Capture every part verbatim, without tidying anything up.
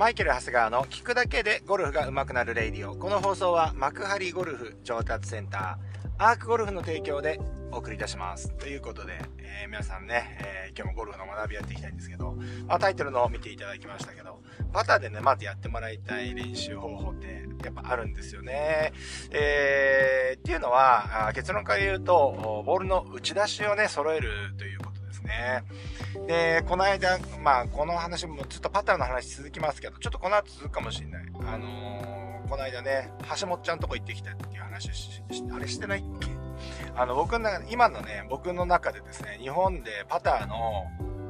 マイケル・長谷川の聞くだけでゴルフが上手くなるレイディオ。この放送は幕張ゴルフ上達センター、アークゴルフの提供でお送りいたします。ということで、えー、皆さんね、えー、今日もゴルフの学びやっていきたいんですけど、まあ、タイトルのを見ていただきましたけど、パターでね、まずやってもらいたい練習方法ってやっぱあるんですよね。えー、っていうのは、結論から言うと、ボールの打ち出しをね、揃えるということですね。で、この間、まあ、この話もずっとパターの話続きますけど、ちょっとこの後続くかもしれない。あのー、この間ね、橋本ちゃんとこ行ってきたっていう話し、しあれしてないっけ？あの、僕の中で、今のね、僕の中でですね、日本でパターの、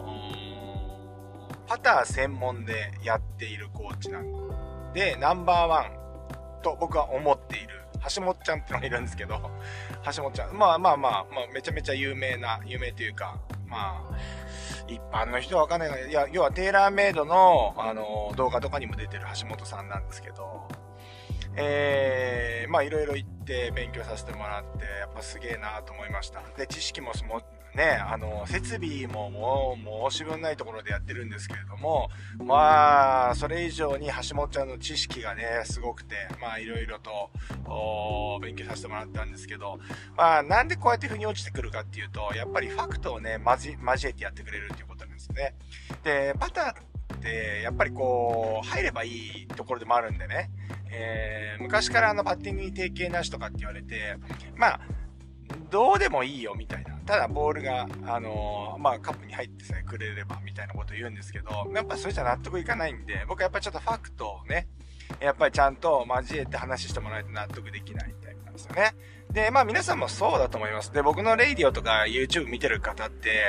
パター専門でやっているコーチなんで、ナンバーワンと僕は思っている、橋本ちゃんってのがいるんですけど、橋本ちゃん、まあまあまあ、まあ、めちゃめちゃ有名な、有名というか、まあ、一般の人はわかんないが、いや、要はテーラーメイドの、あの、動画とかにも出てる橋本さんなんですけど、えー、まあいろいろ行って勉強させてもらって、やっぱすげえなと思いました。で、知識ももね、あの、設備ももう申し分ないところでやってるんですけれども、まあ、それ以上に橋本ちゃんの知識がね、すごくて、まあいろいろと、勉強させてもらったんですけど、まあなんでこうやって腑に落ちてくるかっていうと、やっぱりファクトをね、交えてやってくれるっていうことなんですよね。で、パターってやっぱりこう、入ればいいところでもあるんでね、えー、昔からあのパッティングに定型なしとかって言われて、まあ、どうでもいいよみたいな。ただボールが、あのー、まあカップに入ってさえくれればみたいなことを言うんですけど、やっぱそれじゃ納得いかないんで、僕はやっぱりちょっとファクトをね、やっぱりちゃんと交えて話してもらえて納得できないタイプなんですよね。で、まあ皆さんもそうだと思います。で、僕のレイディオとか YouTube 見てる方って、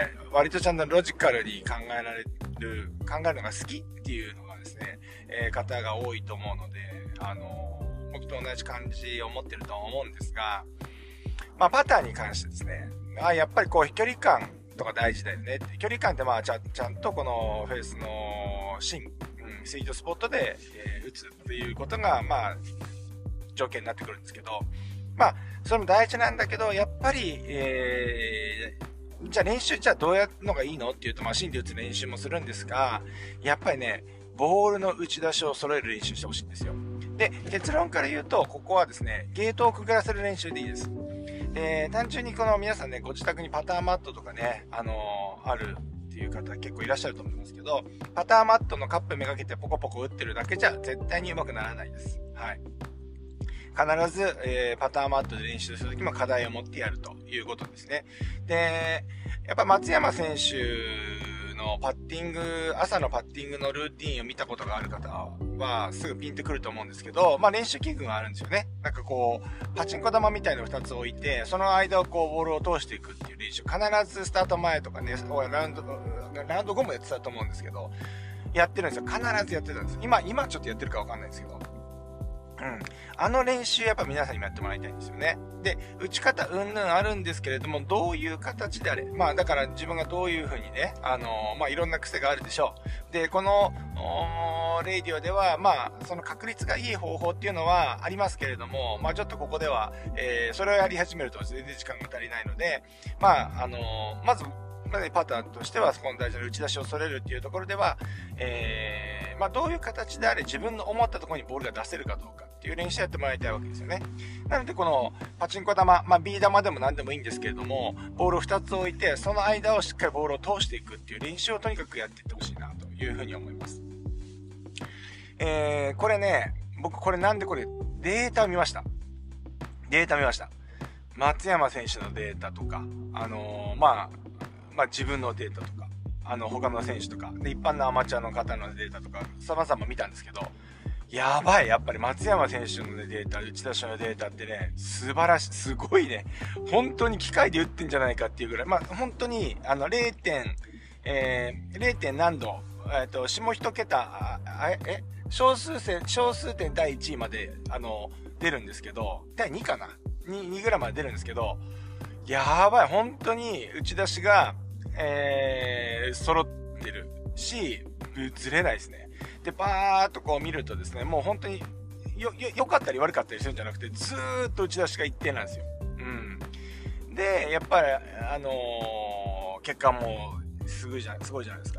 割とちゃんとロジカルに考えられる、考えるのが好きっていうのがですね、えー、方が多いと思うので、あのー、僕と同じ感じを持ってると思うんですが、まあパターに関してですね、あやっぱりこう飛距離感とか大事だよねって。距離感ってまあちゃちゃんとこのフェースの芯、うん、スイートスポットで、えー、打つっていうことがまあ条件になってくるんですけど、まあそれも大事なんだけど、やっぱり、えー、じゃあ練習じゃあどうやるのがいいのっていうと、マシンで打つ練習もするんですが、やっぱりね、ボールの打ち出しを揃える練習してほしいんですよ。で、結論から言うと、ここはですね、ゲートをくぐらせる練習でいいです。で、単純にこの皆さんね、ご自宅にパターマットとかね、あのー、あるっていう方結構いらっしゃると思いますけど、パターマットのカップめがけてポコポコ打ってるだけじゃ絶対に上手くならないです。はい。必ず、えー、パターマットで練習するときも課題を持ってやるということですね。で、やっぱ松山選手のパッティング、朝のパッティングのルーティンを見たことがある方はすぐピンとくると思うんですけど、まあ練習器具があるんですよね。なんかこう、パチンコ玉みたいのをふたつ置いて、その間をこうボールを通していくっていう練習、必ずスタート前とかね、ラウンド、ラウンド後もやってたと思うんですけど、やってるんですよ。必ずやってたんです。今、今ちょっとやってるかわかんないですけど。うん。あの練習やっぱ皆さんにもやってもらいたいんですよね。で、打ち方うんぬんあるんですけれども、どういう形であれ。まあだから自分がどういう風にね、あのー、まあいろんな癖があるでしょう。で、この、レイディオでは、まあ、その確率がいい方法っていうのはありますけれども、まあちょっとここでは、えー、それをやり始めると全然時間が足りないので、まあ、あのー、まず、パターンとしては、この大事な打ち出しをそれるっていうところでは、えー、まあどういう形であれ自分の思ったところにボールが出せるかどうかっていう練習やってもらいたいわけですよね。なのでこのパチンコ玉、まあ ビー 玉でも何でもいいんですけれども、ボールをふたつ置いて、その間をしっかりボールを通していくっていう練習をとにかくやっていってほしいなというふうに思います。えー、これね、僕これなんでこれデータを見ました。データ見ました。松山選手のデータとか、あのー、まあ、まあ自分のデータとか、あの他の選手とか、で一般のアマチュアの方のデータとか、様々見たんですけど、やばい、やっぱり松山選手のデータ、打ち出しのデータってね、素晴らしい、すごいね、本当に機械で打ってんじゃないかっていうぐらい、まあ本当に、あのれいてん、えー、れい. 点何度、えっと、下一桁、あえ、小数点、小数点だいいちいまで、あの、出るんですけど、だいにかな ?に、にぐらいまで出るんですけど、やばい、本当に打ち出しが、えー、揃ってるし、ずれないですね。で、バーっとこう見るとですね、もう本当によ、よ、良かったり悪かったりするんじゃなくて、ずーっと打ち出しが一定なんですよ。うん。で、やっぱり、あのー、結果もすごいじゃ、すごいじゃないですか。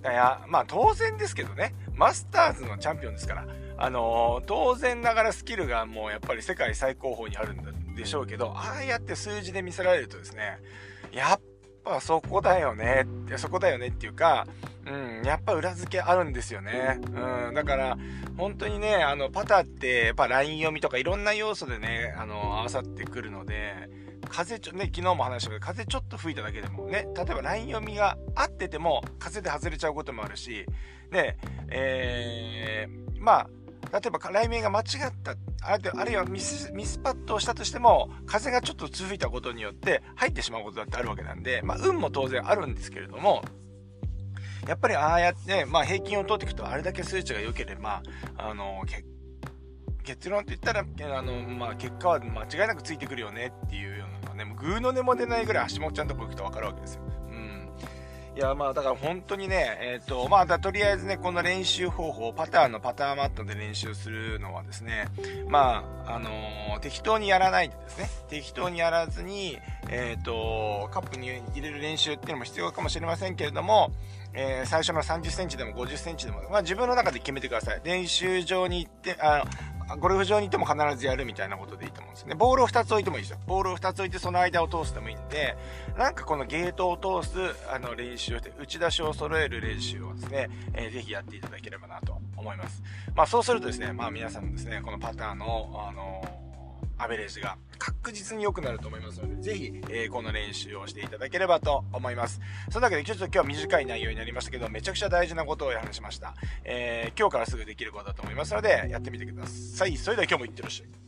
いや、まあ当然ですけどね、マスターズのチャンピオンですから、あのー、当然ながらスキルがもうやっぱり世界最高峰にあるんでしょうけど、ああやって数字で見せられるとですね、やっぱそこだよねって、そこだよねっていうか、うん、やっぱ裏付けあるんですよね。うん、だから、本当にね、あの、パターって、やっぱライン読みとかいろんな要素でね、あの、合わさってくるので、風ちょ、ね、昨日も話したけど、風ちょっと吹いただけでもね、例えばライン読みが合ってても、風で外れちゃうこともあるし、で、えー、まあ、例えば雷鳴が間違ったあるあるいはミスミスパットをしたとしても風がちょっと吹いたことによって入ってしまうことだってあるわけなんで、まあ、運も当然あるんですけれども、やっぱりああやって、まあ、平均を取っていくとあれだけ数値が良ければあの結結論と言ったらあの、まあ、結果は間違いなくついてくるよねっていうようなね、もうグーの音も出ないぐらい橋本ちゃんとこ行くと分かるわけですよ。いや、まあ、だから本当にね、えっと、まあ、とりあえずね、この練習方法、パターンのパターマットで練習するのはですね、まあ、あのー、適当にやらないでですね、適当にやらずに、えっと、カップに入れる練習っていうのも必要かもしれませんけれども、えー、最初のさんじゅっセンチでもごじゅっセンチでも、まあ、自分の中で決めてください。練習場に行って、あゴルフ場に行っても必ずやるみたいなことでいいと思うんですね。ボールをふたつ置いてもいいですよ。ボールをふたつ置いてその間を通すでもいいんで、なんかこのゲートを通すあの練習で打ち出しを揃える練習をですね、えー、ぜひやっていただければなと思います。まあそうするとですね、まあ皆さんもですね、このパターンの、あのーアベレージが確実に良くなると思いますので、ぜひ、えー、この練習をしていただければと思います。そのわけでちょっと今日は短い内容になりましたけど、めちゃくちゃ大事なことを話しました。えー、今日からすぐできることだと思いますので、やってみてください。それでは今日もいってらっしゃい。